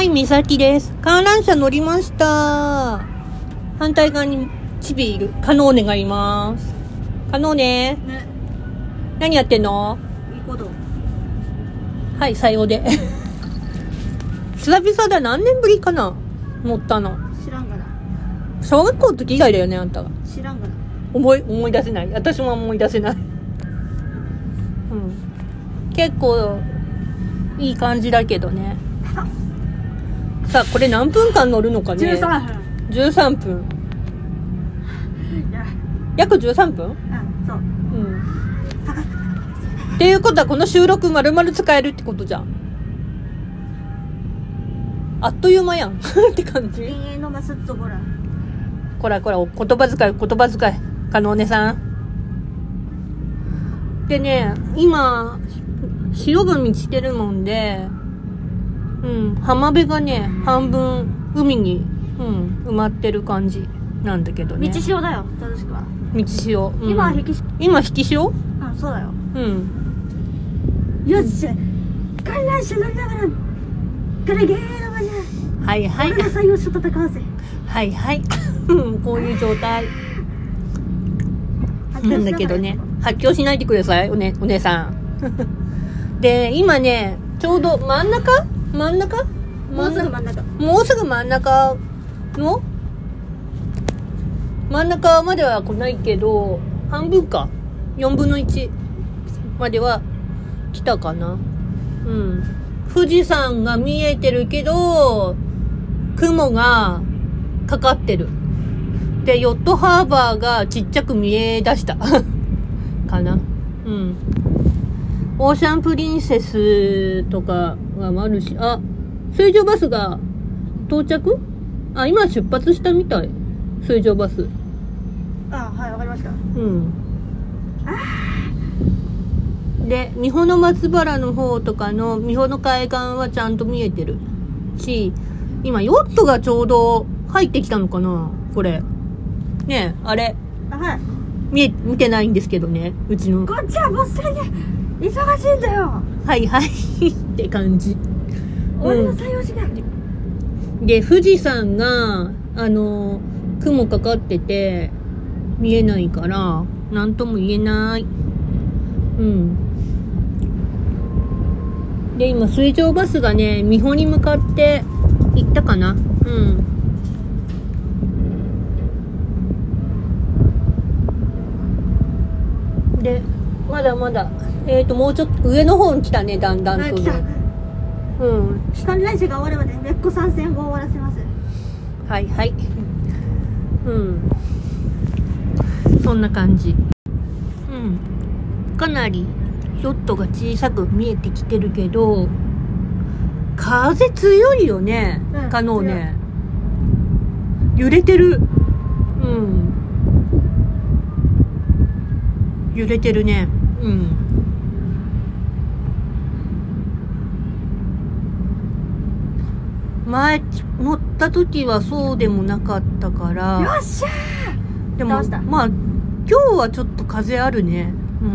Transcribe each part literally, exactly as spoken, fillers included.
、美咲です。観覧車乗りました。反対側にチビいる。カノーネがいます。カノーネ、ね、何やってんの？ いいこと。 はい、さようで。久々だ。何年ぶりかな乗ったの。 知らんがな。 小学校の時以来だよね、あんたが。 知らんがな。 思い、思い出せない。私も思い出せない。うん。結構、いい感じだけどね。さあ、これ何分間乗るのかね。 じゅうさんぷん。 じゅうさんぷん。約じゅうさんぷん？うん、 そう。うん。 っていうことは、この収録丸々使えるってことじゃん。あっという間やんって感じ。こらこら、言葉遣い、言葉遣い。カノーネさん。でね、今、潮踏みしてるもんで、うん、浜辺がね、半分海に、うん、埋まってる感じなんだけどね。 道潮だよ、正しくは。 道潮。うん、 今は引き潮。 今引き潮？ うん、そうだよ。 うん。 よっしゃ、観覧車乗りながら、ガラゲーの場じゃ。 はいはい。 俺が採用しと戦うぜ。 はいはい。こういう状態。なんだけどね、発狂しないでください、おね、お姉さん。で、今ね、ちょうど真ん中？真ん中？ もうすぐ真ん中。 もうすぐ真ん中の真ん中までは来ないけど、半分か。よんぶんのいちまでは来たかな。うん。富士山が見えてるけど、雲がかかってる。で、ヨットハーバーがちっちゃく見え出した。かな。うん。オーシャンプリンセスとかがあるし、あ、水上バスが到着？あ、今出発したみたい。水上バス。 あ、はい、わかりました。 うん。で、三保の松原の方とかの三保の海岸はちゃんと見えてるし、今ヨットがちょうど入ってきたのかなこれ。ねえ、あれ。 あ、はい。 見え、見てないんですけどね、うちの。 こっちはもうすぐ忙しいんだよ。 はいはいって感じ。 俺の採用しない、うん、 で、富士山が、あの、雲かかってて、見えないから、なんとも言えない。うん。で、今、水上バスがね、三保に向かって行ったかな。うん。で、まだまだ、えっと、もうちょっと上の方に来たね、だんだんとね。うん。 観覧車が終わるまで、めっこ参戦を終わらせます。 はいはい。うん。そんな感じ。うん。かなり、ヨットが小さく見えてきてるけど、風強いよね、うん、カノーね。揺れてる。うん。揺れてるね。うん。前乗った時はそうでもなかったから。 よっしゃー。 でもまあ今日はちょっと風あるね。うん。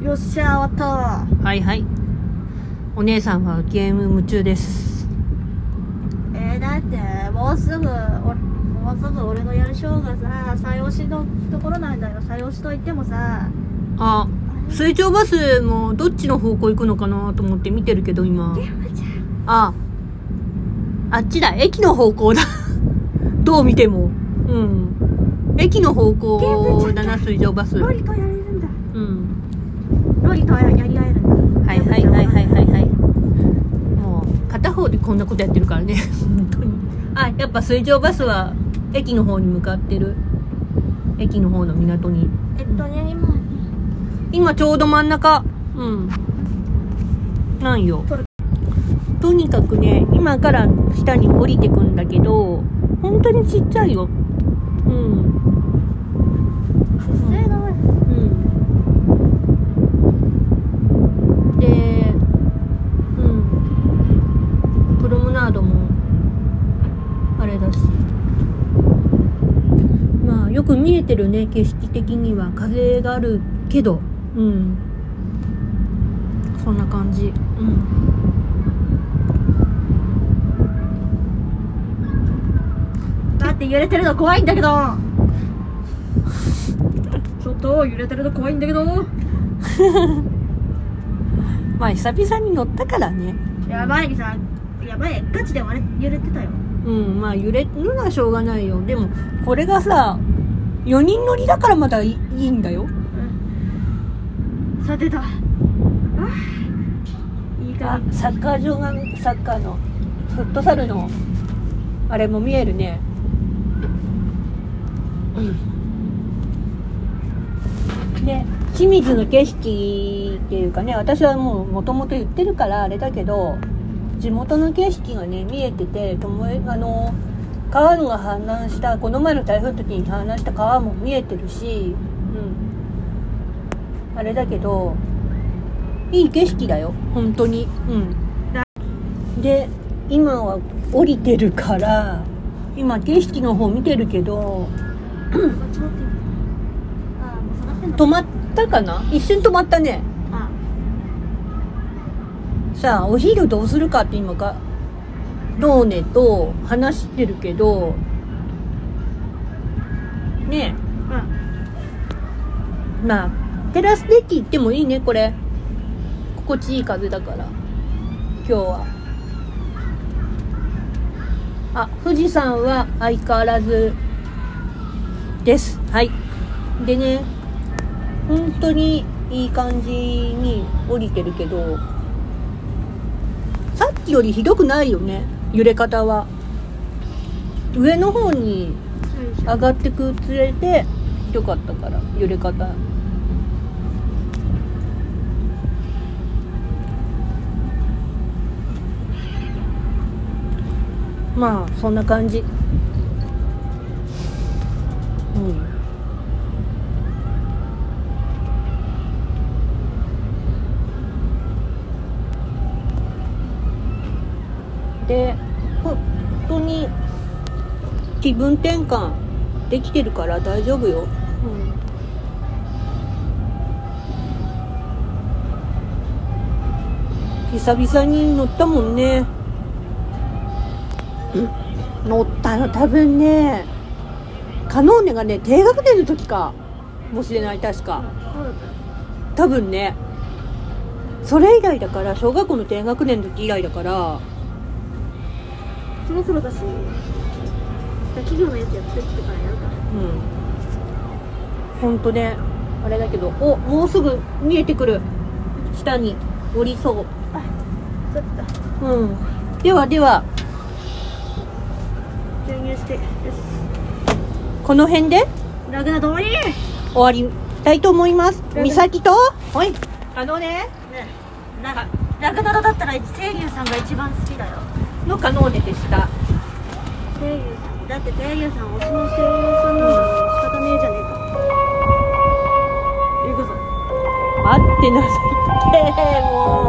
よっしゃー、終わった。 はいはい。お姉さんはゲーム夢中です。 えー、だってもうすぐもうすぐ俺のやるショーがさ、採用しのところなんだよ。採用しといてもさ。 あ、水上バスもどっちの方向行くのかなと思って見てるけど今。 ゲームじゃん。 あ、あっちだ。駅の方向だ。どう見ても。うん。駅の方向だな、水上バス。 ロリとやれるんだ。 うん。 ロリとやり合えるんだ。 はいはいはいはいはいはい。もう、片方でこんなことやってるからね。本当に。あ、やっぱ水上バスは駅の方に向かってる。駅の方の港に。 えっとね、今。 今ちょうど真ん中。うん。なんよ。とにかくね、今から下に降りてくんだけど、本当にちっちゃいよ。うん。 ちっちゃいな。うん。 で、うん。プロムナードも、あれだし。まあ、よく見えてるね、景色的には。風があるけど、うん。そんな感じ。うん。 揺れてるの怖いんだけどちょっと揺れてるの怖いんだけどまあ久々に乗ったからね。 やばいさ、やばい、ガチであれ揺れてたよ。 うん、まあ揺れるのはしょうがないよ。でもこれがさよにん乗りだからまだいいんだよ。 うん、さてた。あいいかあ、サッカー場がサッカーのフットサルのあれも見えるね。うんで清水の景色っていうかね、私はもうもともと言ってるからあれだけど、地元の景色がね見えてて、ともえあの川が氾濫したこの前の台風の時に氾濫した川も見えてるし、うん、あれだけどいい景色だよ本当に。うんで今は降りてるから今景色の方見てるけど止まったかな、一瞬止まったね。 あさあお昼どうするかって今かローネと話してるけどねえ、 うん、 まあテラスデッキ行ってもいいね。これ心地いい風だから今日は。あ、富士山は相変わらずです。はい。でね、本当にいい感じに降りてるけど、さっきよりひどくないよね、揺れ方は。上の方に上がってくつれてひどかったから揺れ方。まあそんな感じ。うんで本当に気分転換できてるから大丈夫よ。うん、久々に乗ったもんね。乗ったの多分ねカノーネがね低学年の時かもしれない。確か多分ねそれ以来だから、小学校の低学年の時以来だから。 そろそろだし企業のやつやってきてからやるか。 うんほんとねあれだけど、おもうすぐ見えてくる。下に降りそう。 あ、そっか。 うんではでは注入して、よし、 この辺でラグナ通り終わりたいと思います。 グ美咲とはいあのねね、ララグナドだったら清流さんが一番好きだよ。 のカノーネでした。 清流さんだって清流さん推しの清流さんなんだから仕方ねえじゃねえか。行くぞ。 待ってなさいってもう